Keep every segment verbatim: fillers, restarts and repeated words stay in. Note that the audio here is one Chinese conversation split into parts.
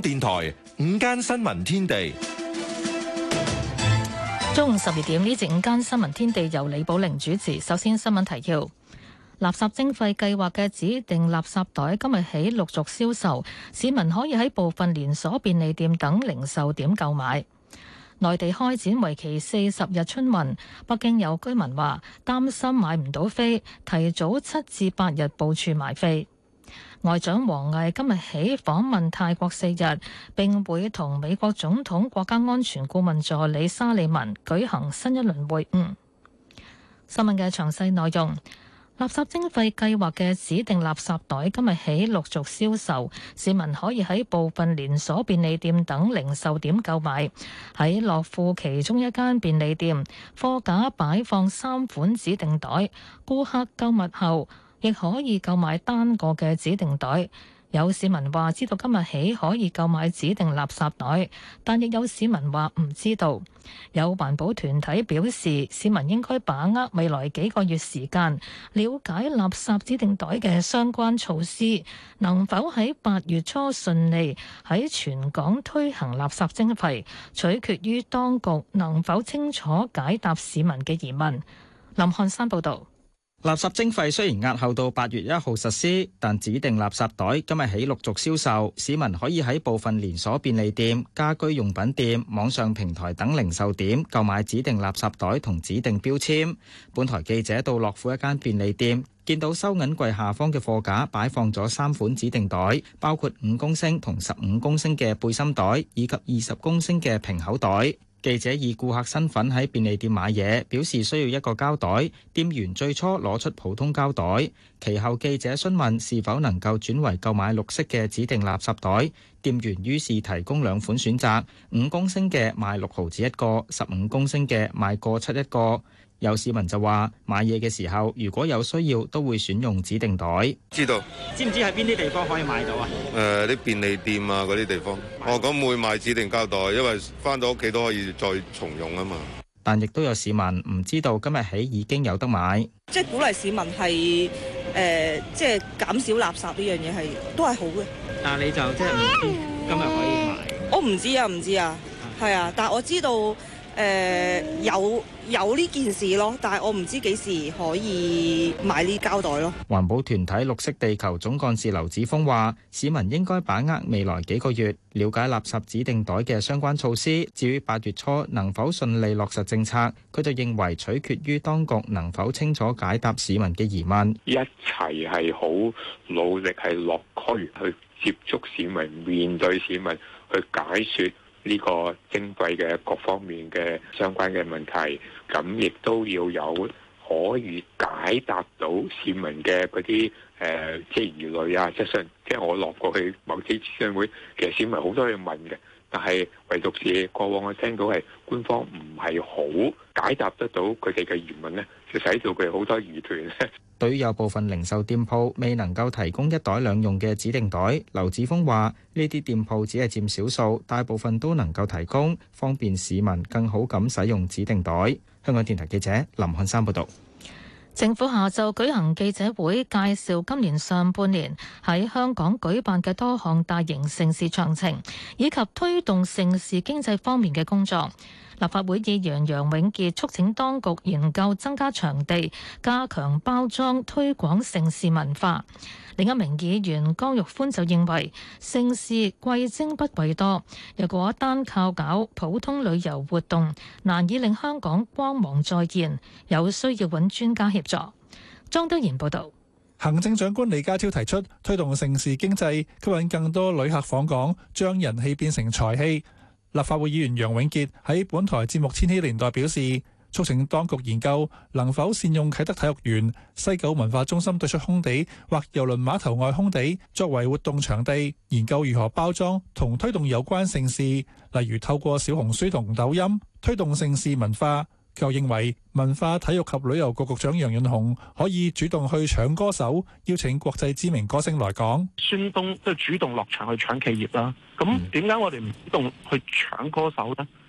電台午間新聞天地， 中午十二點呢節午間新聞天地由李寶玲主持。首先新聞提要：垃圾徵費計劃嘅指定垃圾袋今日起陸續銷售，市民可以喺部分連鎖便利店等零售點購買。內地開展為期四十日春運，北京有居民話擔心買唔到飛，提早七至八日部署買飛。外長王毅今日起訪問泰國四日，並會同美國總統國家安全顧問助理沙利文舉行新一輪會晤。新聞嘅詳細內容。垃圾徵費計劃嘅指定垃圾袋今日起陸續銷售，市民可以喺部分連鎖便利店等零售點購買。喺樂富其中一間便利店，貨架擺放三款指定袋，顧客購物後亦可以購買單個嘅指定袋。有市民話知道今日起可以購買指定垃圾袋，但亦有市民話唔知道。有環保團體表示，市民應該把握未來幾個月時間，了解垃圾指定袋嘅相關措施，能否喺八月初順利喺全港推行垃圾徵費，取決於當局能否清楚解答市民嘅疑問。林漢山報導。 垃圾徵費雖然押後到八月一號實施，但指定垃圾袋今日起陸續銷售，市民可以喺部分連鎖便利店、家居用品店、網上平台等零售點購買指定垃圾袋同指定標籤。本台記者到樂富一間便利店，見到收銀櫃下方嘅貨架擺放咗三款指定袋，包括五公升同十五公升嘅背心袋，以及二十公升嘅平口袋。記者以顧客身份喺便利店買嘢，表示需要一個膠袋，店員最初攞出普通膠袋，其後記者詢問是否能夠轉為購買綠色嘅指定垃圾袋，店員於是提供兩款選擇，五公升嘅賣六毫子一個，十五公升嘅賣個七一個。有市民就話買嘢嘅時候，如果有需要，都會選用指定袋。 知道， 知唔知喺邊啲地方可以買到啊？ 誒、呃，啲便利店啊，嗰啲地方。哦，咁會買指定膠袋，因為返到屋企都可以再重用啊嘛。 但亦都有市民唔知道今日起已經有得買。 即係鼓勵市民係誒、呃，即係減少垃圾呢樣嘢係都係好嘅。 但係你就即係唔知今日可以買。 我唔知啊，唔知啊，係啊，但係我知道誒、呃、有。有呢件事咯，但係我唔知幾時可以買呢膠袋咯。 環保團體綠色地球總幹事劉子峰話，市民應該把握未來幾個月，了解垃圾指定袋嘅相關措施。至於八月初能否順利落實政策，佢就認為取決於當局能否清楚解答市民嘅疑問。 一齊係好努力係落區去接觸市民，面對市民去解說呢個徵費嘅各方面嘅相關嘅問題，咁亦都要有可以解答到市民嘅嗰啲誒即係疑慮啊質詢。即係我落過去某啲諮詢會，其實市民好多嘢問嘅，但係唯獨是過往我聽到係官方唔係好解答得到佢哋嘅疑問呢，就使到佢好多疑團咧。 對於有部分零售店鋪未能夠提供一袋兩用嘅指定袋，劉子峰話：呢啲店鋪只係佔少數，大部分都能夠提供，方便市民更好咁使用指定袋。香港電台記者林漢山報導。 政府下晝舉行記者會，介紹今年上半年喺香港舉辦嘅多項大型盛事詳情，以及推動盛事經濟方面嘅工作。立法會議員楊永傑促請當局研究增加場地，加強包裝推廣盛事文化。另一名議員江玉歡就認為盛事貴精不貴多，如果單靠搞普通旅遊活動，難以令香港光芒再現，有需要揾專家協助。莊德賢報導。 行政長官李家超提出推動盛事經濟，吸引更多旅客訪港，將人氣變成財氣。立法會議員楊永傑喺本台節目《千禧年代》表示，促請當局研究能否善用啟德體育園、西九文化中心對出空地或郵輪碼頭外空地作為活動場地，研究如何包裝同推動有關盛事，例如透過小紅書同抖音推動盛事文化。佢又認為文化體育及旅遊局局長楊潤雄可以主動去搶歌手，邀請國際知名歌星來港。 孫東都主動落場去搶企業啦，咁點解我哋唔主動去搶歌手呢？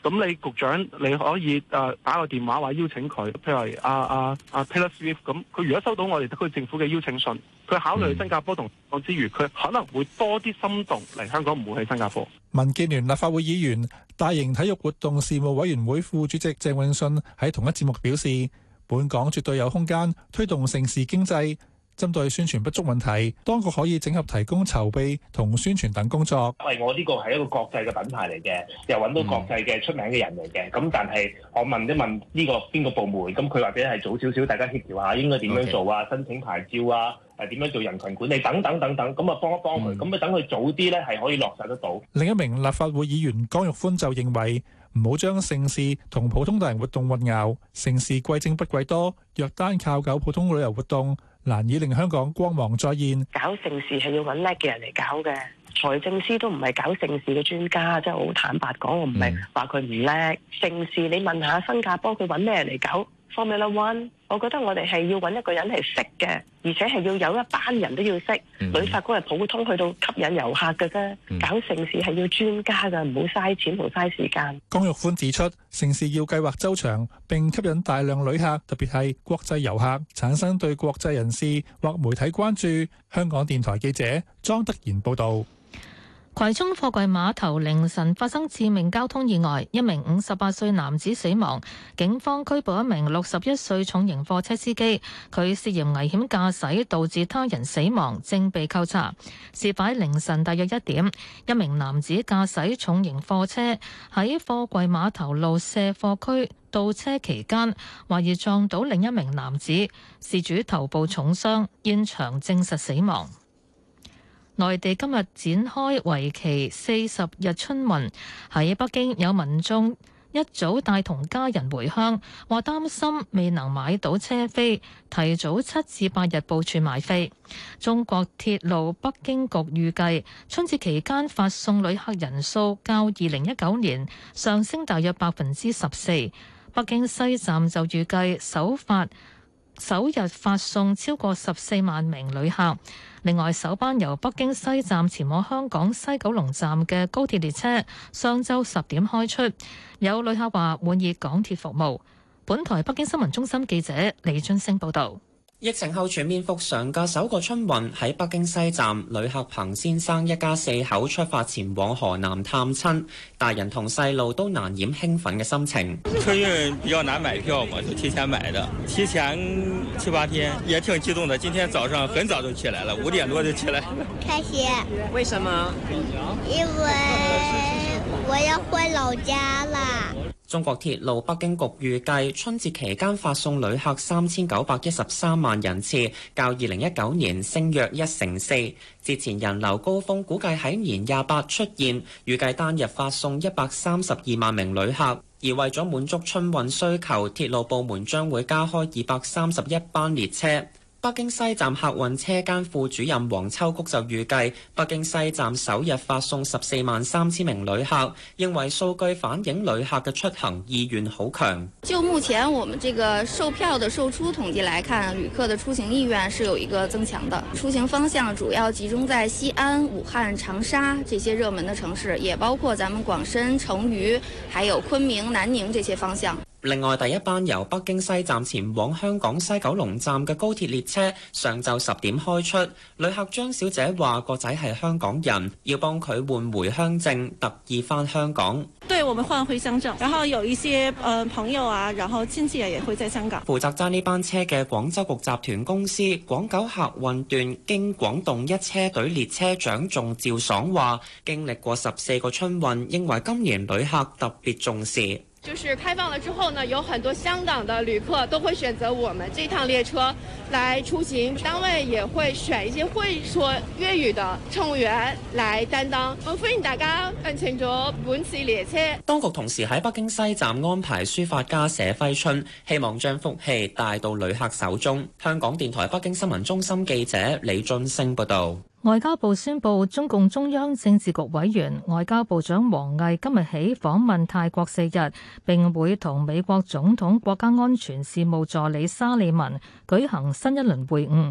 咁你局長你可以誒打個電話或者邀請佢，譬如話阿阿阿 Taylor Swift 咁，佢如果收到我哋特區政府嘅邀請信，佢考慮去新加坡同香港之餘，佢可能會多啲心動嚟香港，唔會去新加坡。 民建聯立法會議員、大型體育活動事務委員會副主席鄭泳舜喺同一節目表示，本港絕對有空間推動盛事經濟。針對宣傳不足問題，當局可以整合提供籌備同宣傳等工作。 因為我呢個係一個國際嘅品牌嚟嘅，又揾到國際嘅出名嘅人嚟嘅。咁、嗯、但係我問一問呢個邊個部門，咁佢或者係早少少，大家協調下應該點樣做啊？ Okay. 申請牌照啊？誒點樣做人群管理等等等等，咁啊幫一幫佢，咁啊等佢早啲咧係可以落實得到。 另一名立法會議員江玉歡就認為，唔好將盛事同普通大型活動混淆。盛事貴精不貴多，若單靠搞普通旅遊活動，難以令香港光芒再現。 搞盛事係要揾叻嘅人嚟搞嘅，財政司都唔係搞盛事嘅專家，即係好坦白講，我唔係話佢唔叻。盛事你問下新加坡，佢揾咩人嚟搞Formula One？我覺得我哋係要揾一個人係識嘅，而且係要有一班人都要識。旅發局係普通去到吸引遊客嘅啫，搞盛事係要專家㗎，唔好嘥錢同嘥時間。 江玉歡指出，盛事要計劃周詳並吸引大量旅客，特別係國際遊客，產生對國際人士或媒體關注。香港電台記者莊德賢報導。 葵涌貨櫃碼頭凌晨發生致命交通意外，一名五十八歲男子死亡。警方拘捕一名六十一歲重型貨車司機，佢涉嫌危險駕駛導致他人死亡，正被扣查。事發凌晨大約一點，一名男子駕駛重型貨車喺貨櫃碼頭路卸貨區倒車期間，懷疑撞到另一名男子，事主頭部重傷，現場證實死亡。內地今日展開為期四十日春運，喺北京有民眾一早帶同家人回鄉，話擔心未能買到車飛，提早七至八日部署買飛。中國鐵路北京局預計春節期間發送旅客人數較二零一九年上升大約百分之十四。北京西站就預計首發首日發送超過十四萬名旅客。另外，首班由北京西站前往香港西九龍站嘅高鐵列車上晝十點開出，有旅客話滿意港鐵服務。本台北京新聞中心記者李津升報導。 疫情後全面復常嘅首個春運喺北京西站，旅客彭先生一家四口出發前往河南探親，大人同細路都難掩興奮嘅心情。 春運比較難買票嘛，就提前買的，提前七八天，也挺激動的。今天早上很早就起來了，五點多就起來了。 開心。 為什麼？ 因為我要回老家啦。 中國鐵路北京局預計春節期間發送旅客三千九百一十三萬人次，較二零一九年升約一成四。節前人流高峰估計喺年廿八出現，預計單日發送一百三十二萬名旅客。而為咗滿足春運需求，鐵路部門將會加開二百三十一班列車。北京西站客運車間副主任黃秋菊就預計，北京西站首日發送十四萬三千名旅客，認為數據反映旅客嘅出行意願好強。 就目前我們這個售票的售出統計來看，旅客的出行意願是有一個增強的，出行方向主要集中在西安、武漢、長沙這些熱門的城市，也包括咱們廣深、成渝，還有昆明、南寧這些方向。 另外，第一班由北京西站前往香港西九龍站嘅高鐵列車上晝十點開出。旅客張小姐話：個仔係香港人，要幫佢換回鄉證，特意返香港。 對，我們換回鄉證，然後有一些呃朋友啊，然後親戚也會在香港。 負責揸呢班車嘅廣州局集團公司廣九客運段經廣動一車隊列車長仲趙爽話：經歷過十四個春運，認為今年旅客特別重視。 就是開放了之後呢，有很多香港的旅客都會選擇我們這趟列車來出行，單位也會選一些會說粵語的乘務員來擔當。我歡迎大家乘坐本次列車。 當局同時喺北京西站安排書法家寫揮春，希望將福氣帶到旅客手中。香港電台北京新聞中心記者李俊升報道。 外交部宣布，中共中央政治局委員、外交部長王毅今日起訪問泰國四日，並會同美國總統國家安全事務助理沙利文舉行新一輪會晤。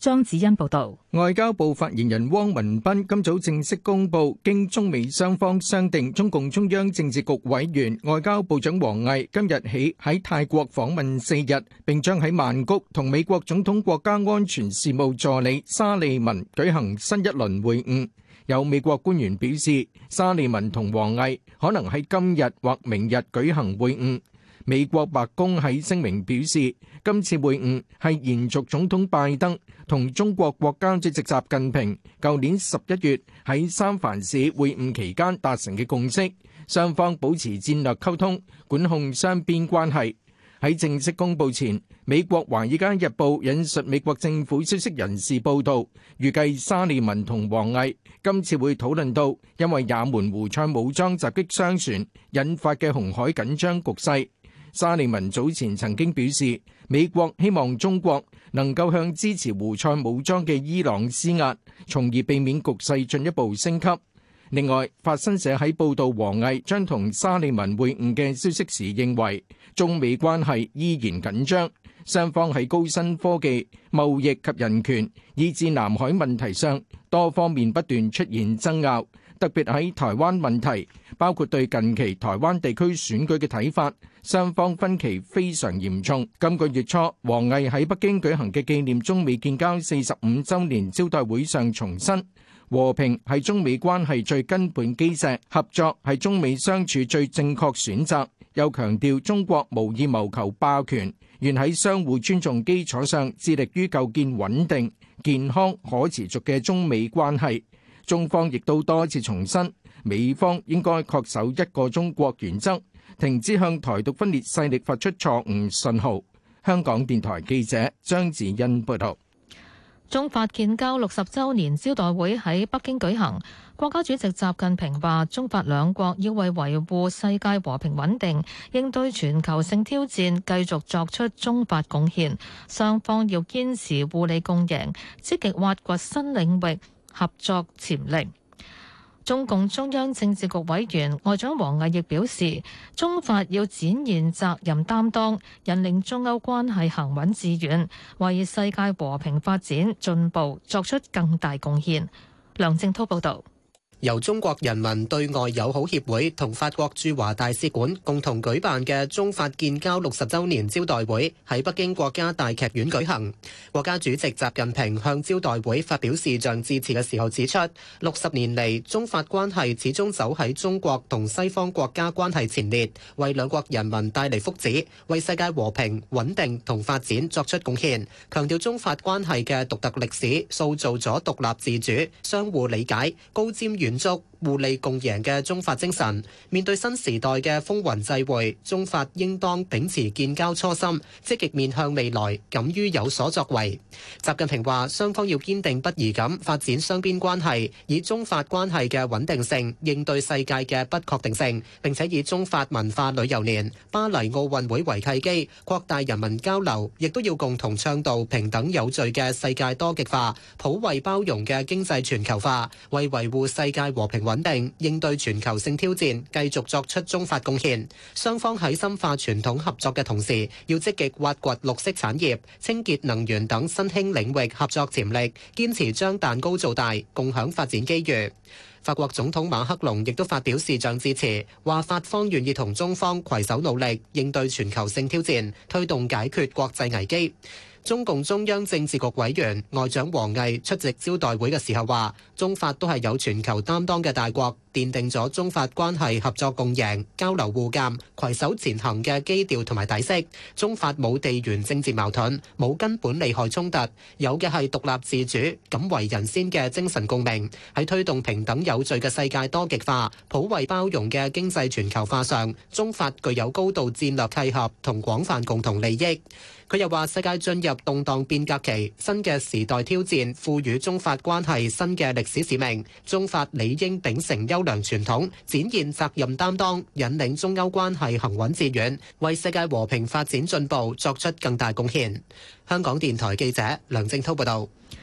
張子欣報導。 外交部發言人汪文斌今早正式公布，經中美雙方商定，中共中央政治局委員、外交部長王毅今日起喺泰國訪問四日，並將喺曼谷同美國總統國家安全事務助理沙利文舉行新一輪會晤。有美國官員表示，沙利文同王毅可能喺今日或明日舉行會晤。美國白宮喺聲明表示，今次會晤係延續總統拜登同中國國家主席習近平舊年十一月喺三藩市會晤期間達成嘅共識，雙方保持戰略溝通，管控雙邊關係。喺正式公佈前，美國《華爾街日報》引述美國政府消息人士報道，預計沙利文同王毅今次會討論到因為也門胡塞武裝襲擊商船引發嘅紅海緊張局勢。沙利文早前曾經表示，美國希望中國能夠向支持胡塞武裝嘅伊朗施壓，從而避免局勢進一步升級。另外，法新社喺報道王毅將同沙利文會晤嘅消息時認為，中美關係依然緊張，雙方喺高新科技、貿易及人權，以至南海問題上多方面不斷出現爭拗。特別喺台灣問題，包括對近期台灣地區選舉嘅睇法，雙方分歧非常嚴重。今個月初，王毅喺北京舉行嘅紀念中美建交四十五週年招待會上重申，和平係中美關係最根本基石，合作係中美相處最正確選擇。又強調中國無意謀求霸權，願喺相互尊重基礎上，致力於構建穩定、健康、可持續嘅中美關係。中方亦都多次重申，美方應該恪守一個中國原則，停止向台獨分裂勢力發出錯誤信號。香港電台記者張子欣報道。 中法建交六十週年招待會喺北京舉行，國家主席習近平話：中法兩國要為維護世界和平穩定、應對全球性挑戰，繼續作出中法貢獻。雙方要堅持互利共贏，積極挖掘新領域合作潛力。中共中央政治局委員外長王毅亦表示，中法要展現責任擔當，引領中歐關係行穩致遠，為世界和平發展進步作出更大貢獻。梁正滔報導。 由中國人民對外友好協會同法國駐華大使館共同舉辦嘅中法建交六十週年招待會喺北京國家大劇院舉行。國家主席習近平向招待會發表視像致辭嘅時候指出，六十年嚟中法關係始終走喺中國同西方國家關係前列，為兩國人民帶嚟福祉，為世界和平穩定同發展作出貢獻。強調中法關係嘅獨特歷史塑造咗獨立自主、相互理解、高瞻遠足、互利共贏嘅中法精神。面對新時代嘅風雲際會，中法應當秉持建交初心，積極面向未來，敢於有所作為。習近平話，雙方要堅定不移咁發展雙邊關係，以中法關係嘅穩定性應對世界嘅不確定性，並且以中法文化旅遊年、巴黎奧運會為契機，擴大人民交流，亦都要共同倡導平等有序嘅世界多極化、普惠包容嘅經濟全球化，為維護世界和平穩定、應對全球性挑戰，繼續作出中法貢獻。雙方喺深化傳統合作嘅同時，要積極挖掘綠色產業、清潔能源等新興領域合作潛力，堅持將蛋糕做大，共享發展機遇。法國總統馬克龍亦都發表視像致辭，話法方願意同中方攜手努力，應對全球性挑戰，推動解決國際危機。中共中央政治局委員外長王毅出席招待會嘅時候話，中法都係有全球擔當嘅大國，奠定咗中法關係合作共贏、交流互鑑、攜手前行嘅基調同埋底色。中法冇地緣政治矛盾，冇根本利害衝突，有嘅係獨立自主、敢為人先嘅精神共鳴。喺推動平等有序嘅世界多極化、普惠包容嘅經濟全球化上，中法具有高度戰略契合同廣泛共同利益。佢又話：世界進入動盪變革期，新嘅時代挑戰賦予中法關係新嘅歷史使命，中法理應秉承優良傳統，展現責任擔當，引領中歐關係行穩致遠，為世界和平發展進步作出更大貢獻。香港電台記者梁正滔報導。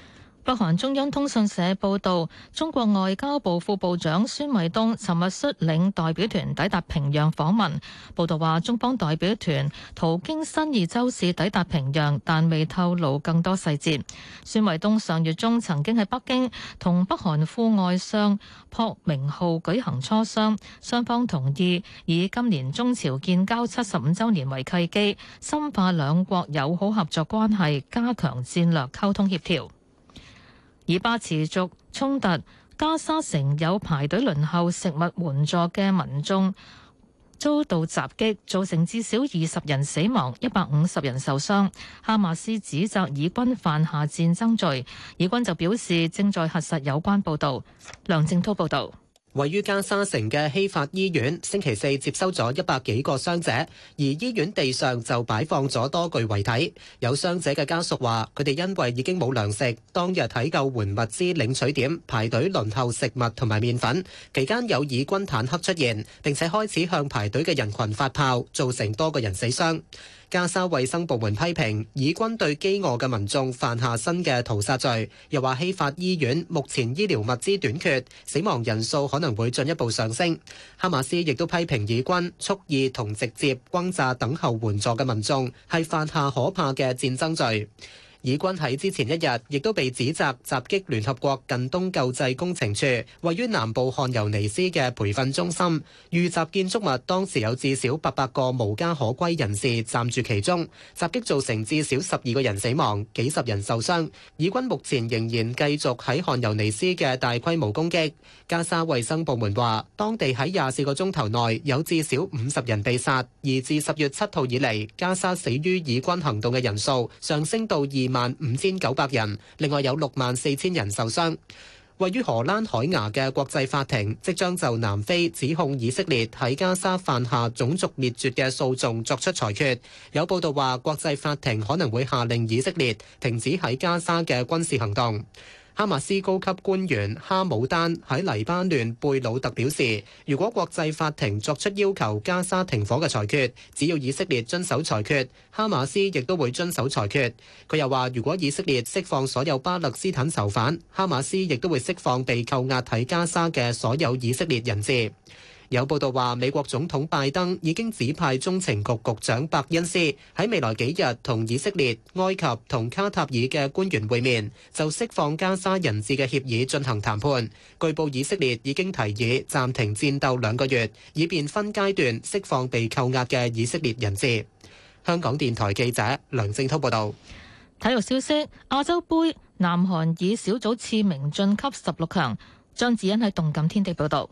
北韓中央通訊社報導，中國外交部副部長孫衛東尋日率領代表團抵達平壤訪問。報導話，中方代表團途經新義州市抵達平壤，但未透露更多細節。孫衛東上月中曾經喺北京同北韓副外相朴明浩舉行磋商，雙方同意以今年中朝建交七十五週年為契機，深化兩國友好合作關係，加強戰略溝通協調。以巴持續衝突，加沙城有排隊輪候食物援助嘅民眾遭到襲擊，造成至少二十人死亡，一百五十人受傷。哈馬斯指責以軍犯下戰爭罪，以軍就表示正在核實有關報導。梁正滔報導。 位於加沙城嘅希法醫院星期四接收咗一百幾個傷者，而醫院地上就擺放咗多具遺體。有傷者嘅家屬話，佢哋因為已經冇糧食，當日喺救援物資領取點排隊輪候食物同埋麵粉，期間有以軍坦克出現，並且開始向排隊嘅人群發炮，造成多個人死傷。加沙衛生部門批評以軍對飢餓嘅民眾犯下新嘅屠殺罪，又話希法醫院目前醫療物資短缺，死亡人數可能會進一步上升。哈馬斯亦都批評以軍蓄意同直接轟炸等候援助嘅民眾，係犯下可怕嘅戰爭罪。以軍喺之前一日亦都被指責襲擊聯合國近東救濟工程處位於南部漢尤尼斯嘅培訓中心，遇襲建築物當時有至少八百個無家可歸人士暫住其中，襲擊造成至少十二個人死亡，幾十人受傷。以軍目前仍然繼續喺漢尤尼斯嘅大規模攻擊。加沙衛生部門話，當地喺廿四個鐘頭內有至少五十人被殺，而自十月七號以嚟，加沙死於以軍行動嘅人數上升到二萬五千九百人，另外有六萬四千人受傷。位於荷蘭海牙嘅國際法庭即將就南非指控以色列喺加沙犯下種族滅絕嘅訴訟作出裁決。有報道話，國際法庭可能會下令以色列停止喺加沙嘅軍事行動。哈馬斯高級官員哈姆丹喺黎巴嫩貝魯特表示，如果國際法庭作出要求加沙停火嘅裁決，只要以色列遵守裁決，哈馬斯亦都會遵守裁決。佢又話，如果以色列釋放所有巴勒斯坦囚犯，哈馬斯亦都會釋放被扣押喺加沙嘅所有以色列人質。有報道話，美國總統拜登已經指派中情局局長伯恩斯喺未來幾日同以色列、埃及同卡塔爾嘅官員會面，就釋放加沙人質嘅協議進行談判。據報以色列已經提議暫停戰鬥兩個月，以便分階段釋放被扣押嘅以色列人質。香港電台記者梁正滔報導。 體育消息：亞洲盃，南韓以小組次名晉級十六強。張子欣喺動感天地報導。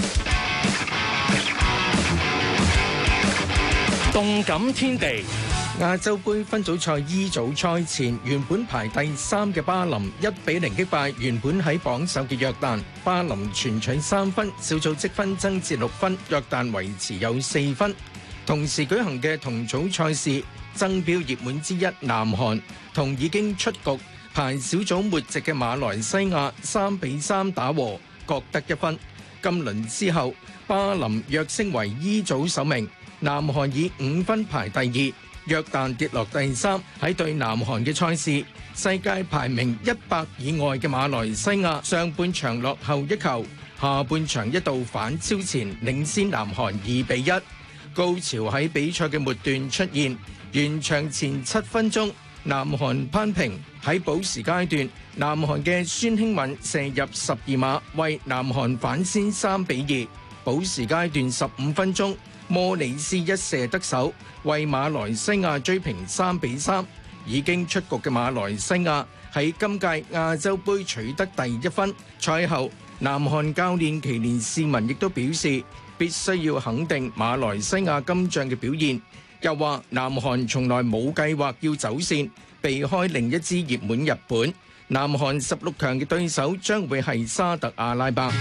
動感天地， 亞洲盃分組賽 E 組賽前，原本排第三嘅巴林一比零擊敗原本喺榜首嘅約旦，巴林全取三分，小組積分增至六分，約旦維持有四分。同時舉行嘅同組賽事，爭標熱門之一南韓同已經出局排小組末席嘅馬來西亞三比三打和，各得一分。今輪之後，巴林躍升為 E 組首名。南韓以五分排第二，約旦跌落第三。喺對南韓嘅賽事，世界排名一百以外嘅馬來西亞上半場落後一球，下半場一度反超前，領先南韓二比一。高潮喺比賽嘅末段出現，完場前七分鐘，南韓扳平。喺補時階段，南韓嘅孫興敏射入十二碼，為南韓反先三比二。補時階段十五分鐘，莫里斯一射得手，為馬來西亞追平三比三。已經出局嘅馬來西亞喺今屆亞洲盃取得第一分。賽後，南韓教練奇連士文亦都表示，必須要肯定馬來西亞今仗嘅表現。又話南韓從來冇計劃要走線，避開另一支熱門日本。南韓十六強嘅對手將會係沙特阿拉伯。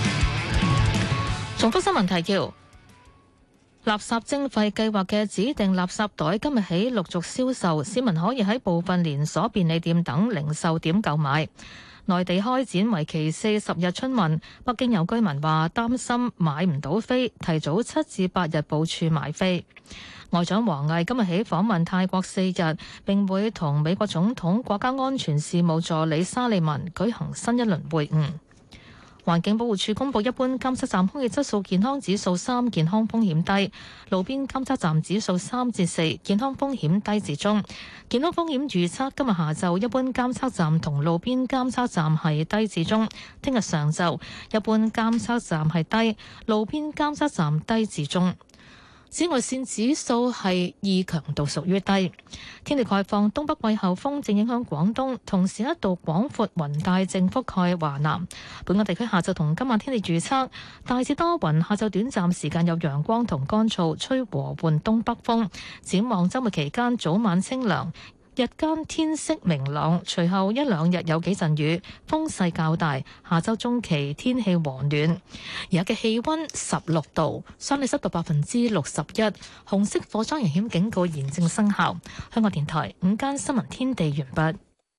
重複新聞提要。垃圾徵費計劃嘅指定垃圾袋今日起陸續銷售，市民可以喺部分連鎖便利店等零售點購買。 內地開展為期四十日春運，北京有居民話擔心買唔到飛，提早七至八日部署買飛。外長王毅今日起訪問泰國四日，並會同美國總統國家安全事務助理沙利文舉行新一輪會晤。環境保護署公布一般監測站空氣質素健康指數三，健康風險低；路邊監測站指數三至四，健康風險低至中。健康風險預測今日下晝一般監測站同路邊監測站係低至中，聽日上晝一般監測站係低，路邊監測站低至中。紫外線指數係二，強度屬於低。天氣概況，東北季候風正影響廣東，同時一道廣闊雲帶正覆蓋華南。本港地區下晝同今晚天氣預測大致多雲，下晝短暫時間有陽光同乾燥，吹和緩東北風。展望週末期間早晚清涼，日間天色明朗，隨後一兩日有幾陣雨，風勢較大。下週中期天氣和暖，而家嘅氣溫十六度，相對濕度百分之六十一，紅色火災危險警告現正生效。香港電台午間新聞天地完畢。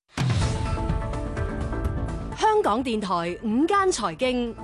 香港電台午間財經，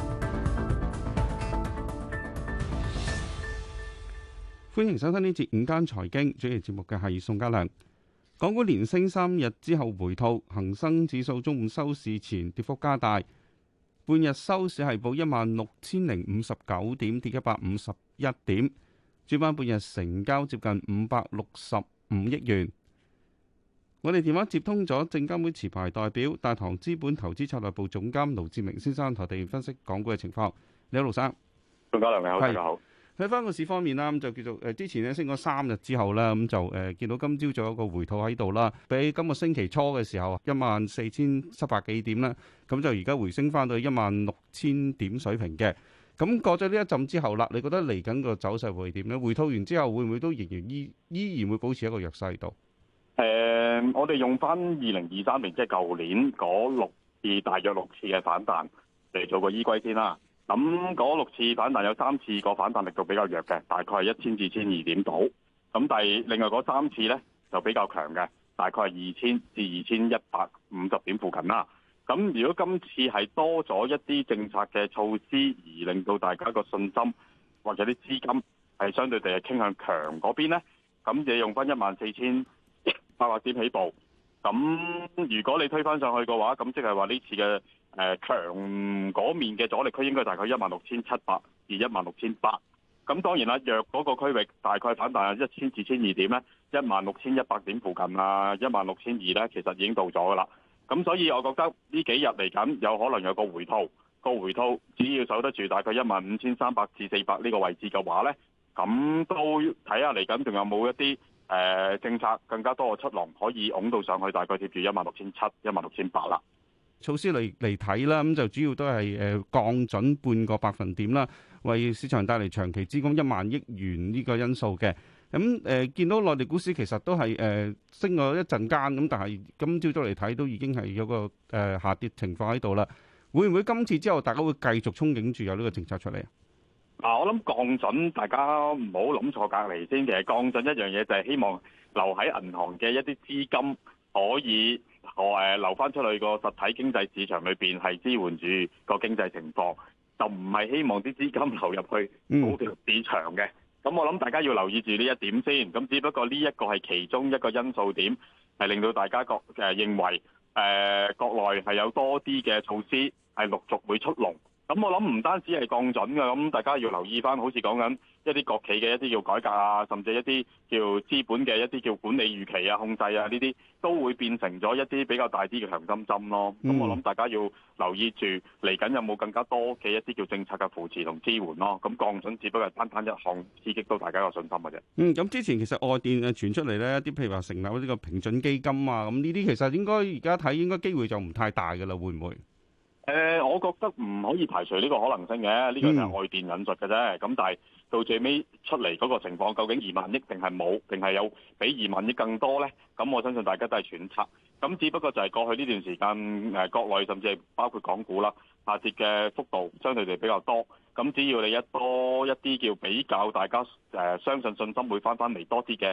歡迎收聽呢節午間財經，主持節目嘅係宋家良。港股連升三日之後回吐，恒生指數中午收市前跌幅加大，半日收市係報一萬六千零五十九點，跌一百五十一點。主板半日成交接近五百六十五億元。我哋電話接通咗證監會持牌代表大唐資本投資策略部總監盧志明先生，同我哋分析港股嘅情況。你好，盧生。 宋家良你好，大家好。 睇翻個市方面啦，咁就叫做誒之前咧升咗三日之後啦，咁就誒見到今朝早有個回吐喺度啦，比今個星期初嘅時候一萬四千七百幾點啦，咁就而家回升翻到一萬六千點水平嘅。咁過咗呢一陣之後啦，你覺得嚟緊個走勢會點咧？回吐完之後會唔會都仍然依依然會保持一個弱勢度？ 誒、呃，我哋用翻二零二三年即係舊年嗰六次大約六次嘅反彈嚟做個依歸先啦。咁嗰六次反彈有三次個反彈力度比較弱嘅，大概係一千至千二點度。咁但係另外嗰三次呢就比較強嘅，大概係二千至二千一百五十點附近啦。咁如果今次係多咗一啲政策嘅措施，而令到大家個信心或者啲資金係相對地係傾向強嗰邊呢，咁就用翻一萬四千八百點起步。咁如果你推翻上去嘅話，咁即係話呢次嘅誒強嗰面嘅阻力區應該大概一萬六千七百至一萬六千八。咁當然啦，弱嗰個區域大概反彈一千至千二點咧，一萬六千一百點附近啊，一萬六千二咧，其實已經到咗噶啦。咁所以我覺得呢幾日嚟緊有可能有個回吐，個回吐只要守得住大概一萬五千三百至四百呢個位置嘅話咧，咁都睇下嚟緊仲有冇一啲。誒、呃、政策更加多嘅出籠，可以拱到上去，大概貼住一萬六千七、一萬六千八啦。 措施嚟嚟睇啦，咁就主要都係誒降準半個百分點啦，為市場帶嚟長期資金一萬億元呢個因素嘅。咁誒、呃、見到內地股市其實都係誒、呃、升咗一陣間，咁但係今朝早嚟睇都已經係有個誒、呃、下跌情況喺度啦。會唔會今次之後大家會繼續憧憬住有呢個政策出嚟啊？ 嗱，我諗降準，大家唔好諗錯隔離先。其實降準一樣嘢就係希望留喺銀行嘅一啲資金可以誒留翻出去個實體經濟市場裏邊，係支援住個經濟情況，就唔係希望啲資金流入去股票市場嘅。咁、嗯、我諗大家要留意住呢一點先。咁只不過呢一個係其中一個因素點，係令到大家覺誒認為誒、呃、國內係有多啲嘅措施係陸續會出籠。咁我諗唔單止係降準嘅，咁大家要留意翻，好似講緊一啲國企嘅一啲叫改革啊，甚至一啲叫資本嘅一啲叫管理預期啊、控制啊呢啲，都會變成咗一啲比較大啲嘅強心針咯。咁、嗯、我諗大家要留意住嚟緊有冇更加多嘅一啲叫政策嘅扶持同支援咯。咁降準只不過係單單一項刺激到大家個信心嘅啫。嗯，咁之前其實外電誒傳出嚟呢，一啲譬如話成立呢個平準基金啊，咁呢啲其實應該而家睇應該機會就唔太大㗎啦，會唔會？誒、呃，我覺得唔可以排除呢個可能性嘅，呢、這個就係外電引述嘅啫。咁、嗯、但係到最尾出嚟嗰個情況，究竟二萬億定係冇，定係有比二萬億更多呢？咁我相信大家都係揣測。咁只不過就係過去呢段時間，誒、呃、國內甚至係包括港股啦，下跌嘅幅度相對地比較多。咁只要你一多一啲叫比較，大家誒、呃、相信信心會翻翻嚟多啲嘅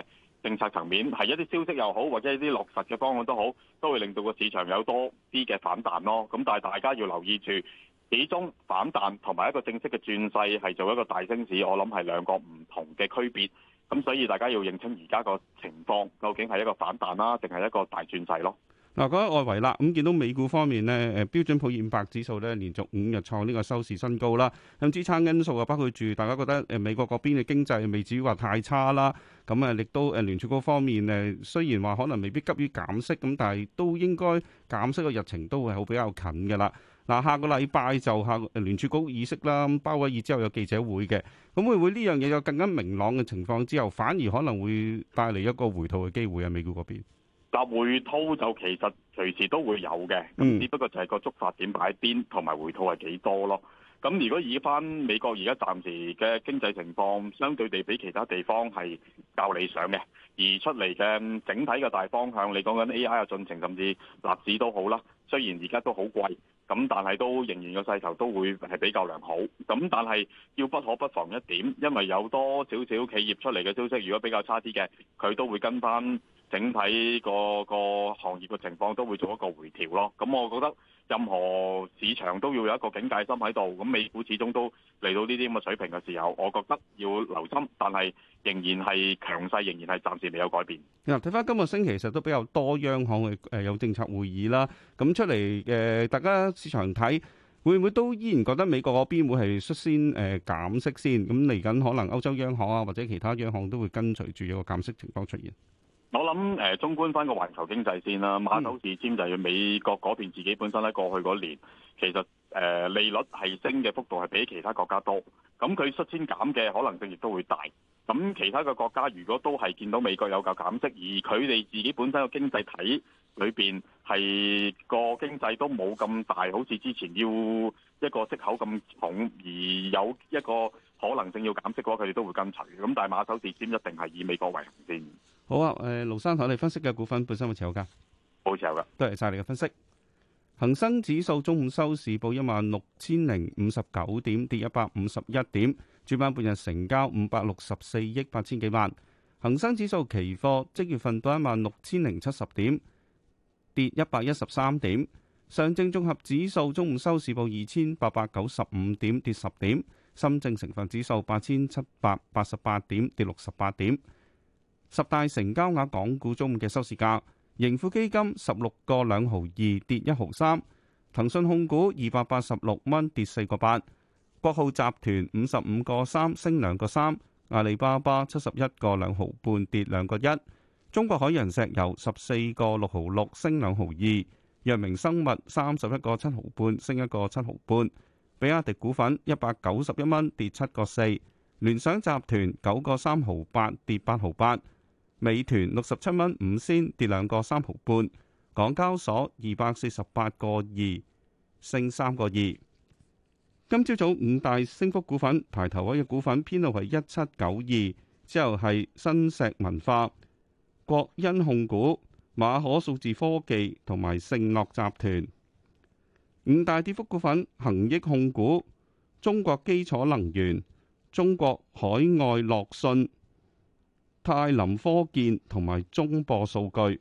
政策層面，係一啲消息又好，或者一啲落實嘅方案都好，都會令到個市場有多啲嘅反彈咯。咁但係大家要留意住，始終反彈同埋一個正式嘅轉勢係做一個大升市，我諗係兩個唔同嘅區別。咁所以大家要認清而家個情況，究竟係一個反彈啦，定係一個大轉勢咯。 嗱，講緊外圍啦，咁見到美股方面呢，誒標準普爾五百指數咧連續五日創呢個收市新高啦。咁支撐因素啊，包括住大家覺得誒美國嗰邊嘅經濟未至於話太差啦。咁啊，亦都誒聯儲局方面誒，雖然話可能未必急於減息，咁但係都應該減息嘅日程都會好比較近嘅啦。嗱，下個禮拜就下聯儲局議息啦，鮑威爾之後有記者會嘅，咁會唔會呢樣嘢有更加明朗嘅情況之後，反而可能會帶嚟一個回吐嘅機會啊？美股嗰邊？ 嗱，回吐就其實隨時都會有嘅，咁只不過就係個觸發點擺喺邊，同埋回吐係幾多咯。咁如果以翻美國而家暫時嘅經濟情況，相對地比其他地方係較理想嘅，而出嚟嘅整體嘅大方向，你講緊 A I 嘅進程，甚至納指都好啦。雖然而家都好貴，咁但係都仍然個勢頭都會係比較良好。咁但係要不可不防一點，因為有多少少企業出嚟嘅消息，如果比較差啲嘅，佢都會跟翻整體個個行業嘅情況，都會做一個回調咯。咁我覺得任何市場都要有一個警戒心喺度。咁美股始終都嚟到呢啲咁嘅水平嘅時候，我覺得要留心，但係仍然係強勢，仍然係暫時未有改變。 嗱，睇翻今個星期其實都比較多央行去誒有政策會議啦。咁出嚟嘅大家市場睇會唔會都依然覺得美國嗰邊會係率先誒減息先？咁嚟緊可能歐洲央行啊或者其他央行都會跟隨住有個減息情況出現。 我諗誒，綜觀翻個環球經濟先啦，馬首是瞻就係美國嗰邊自己本身喺過去嗰年，其實誒利率係升嘅幅度係比其他國家多，咁佢率先減嘅可能性亦都會大。咁其他嘅國家如果都係見到美國有個減息，而佢哋自己本身嘅經濟體裏邊係個經濟都冇咁大，好似之前要一個息口咁重，而有一個可能性要減息嘅話，佢哋都會跟隨。咁但係馬首是瞻一定係以美國為行先。 好啊，誒盧生同你分析嘅股份本身有持有㗎？ 冇持有㗎。 多謝晒你嘅分析。恒生指數中午收市報一萬六千零五十九點，跌一百五十一點。主板半日成交五百六十四億八千幾萬。恒生指數期貨即月份報一萬六千零七十點，跌一百一十三點。上證綜合指數中午收市報二千八百九十五點，跌十點。深證成分指數八千七百八十八點，跌六十八點。十大成交額港股中午嘅收市價，盈富基金十六個兩毫二，跌一毫三。騰訊控股二百八十六蚊，跌四個八。國浩集團五十五個三，升兩個三。阿里巴巴七十一個兩毫半，跌兩個一。中國海洋石油十四個六毫六，升兩毫二。藥明生物三十一個七毫半，升一個七毫半。比亞迪股份一百九十一蚊，跌七個四。聯想集團九個三毫八，跌八毫八。美團六十七蚊五仙，跌兩個三毫半。港交所二百四十八個二，升三個二。今朝早五大升幅股份排頭位嘅股份編號係一七九二，之後係新石文化、國恩控股、馬可數字科技同埋盛樂集團。五大跌幅股份：恒益控股、中國基礎能源、中國海外樂信、泰林科建同埋中播數據。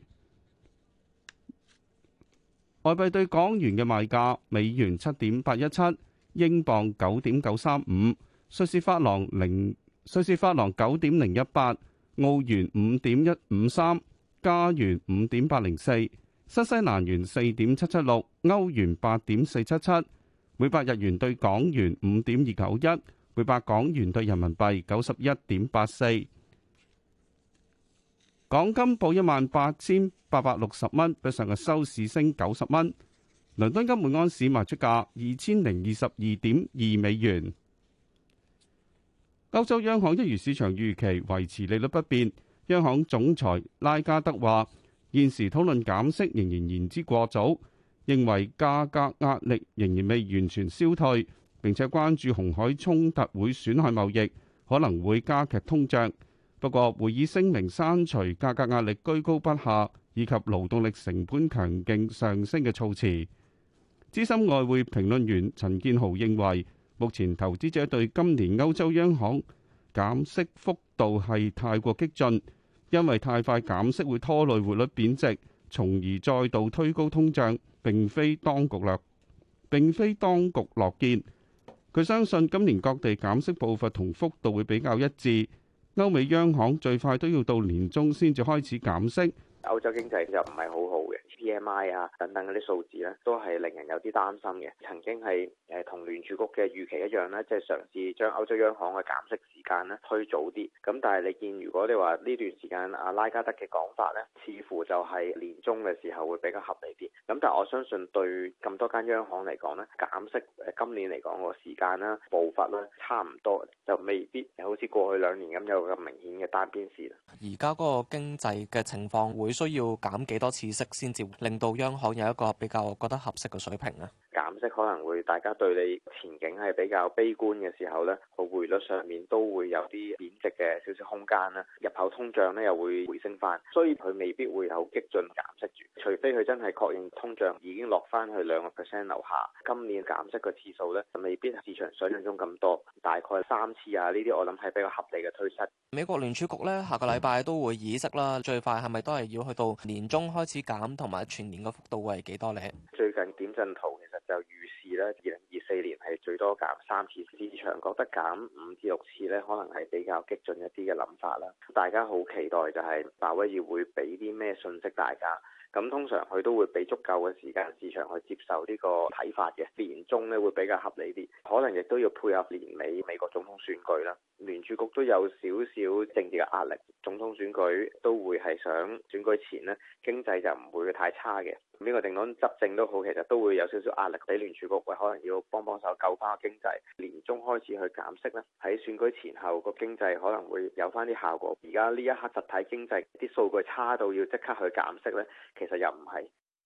外幣對港元嘅賣價：美元七點八一七，英鎊九點九三五，瑞士法郎零瑞士法郎九點零一八，澳元五點一五三，加元五點八零四，新西蘭元四點七七六，歐元八點四七七，每百日元對港元五點二九一，每百港元對人民幣九十一點八四。港金報一萬八千八百六十蚊，比上日收市升九十蚊。倫敦金每安士賣出價二千零二十二點二美元。歐洲央行一如市場預期維持利率不變。央行總裁拉加德話：現時討論減息仍然言之過早，認為價格壓力仍然未完全消退，並且關注紅海衝突會損害貿易，可能會加劇通脹。不過，會議聲明刪除價格壓力居高不下以及勞動力成本強勁上升嘅措辭。資深外匯評論員陳建豪認為，目前投資者對今年歐洲央行減息幅度係太過激進， 因為太快減息會拖累匯率貶值，從而再度推高通脹，並非當局樂並非當局樂見。佢相信今年各地減息步伐同幅度會比較一致，歐美央行最快都要到年中先至開始減息。 歐洲經濟就唔係好好嘅 ，P M I 啊等等嗰啲數字咧，都係令人有啲擔心嘅。曾經係誒同聯儲局嘅預期一樣咧，即係嘗試將歐洲央行嘅減息時間咧推早啲。咁但係你見，如果你話呢段時間阿拉加德嘅講法咧，似乎就係年中嘅時候會比較合理啲。咁但係我相信對咁多間央行嚟講咧，減息誒今年嚟講個時間啦、步伐啦差唔多，就未必好似過去兩年咁有咁明顯嘅單邊線。 而家嗰個經濟嘅情況會需要減幾多次息先至令到央行有一個比較覺得合適嘅水平啊？ 減息可能會大家對你前景係比較悲觀嘅時候呢，個匯率上面都會有啲貶值嘅少少空間啦。入口通脹呢又會回升翻，所以佢未必會有激進減息住，除非佢真係確認通脹已經落翻去兩個 percent 樓下。今年減息嘅次數呢，未必市場想象中咁多，大概三次啊，呢啲我諗係比較合理嘅推測。 美國聯儲局呢，下個禮拜都會議息啦，最快係咪都係要去到年中開始減，同埋全年嘅幅度會係幾多呢？ 最近點陣圖其實就預示咧，二零二四年係最多減三次，市場覺得減五至六次咧，可能係比較激進一啲嘅諗法啦。大家好期待就係鮑威爾會俾啲咩信息大家。咁通常佢都會俾足夠嘅時間市場去接受呢個睇法嘅，年中咧會比較合理啲，可能亦都要配合年尾美國總統選舉啦。聯儲局都有少少政治嘅壓力，總統選舉都會係想選舉前呢經濟就唔會太差嘅。呢個定黨執政都好，其實都會有少少壓力俾聯儲局，喂可能要幫幫手救翻個經濟。年中開始去減息咧，喺選舉前後個經濟可能會有翻啲效果。而家呢一刻實體經濟啲數據差到要即刻去減息咧，其實又唔係。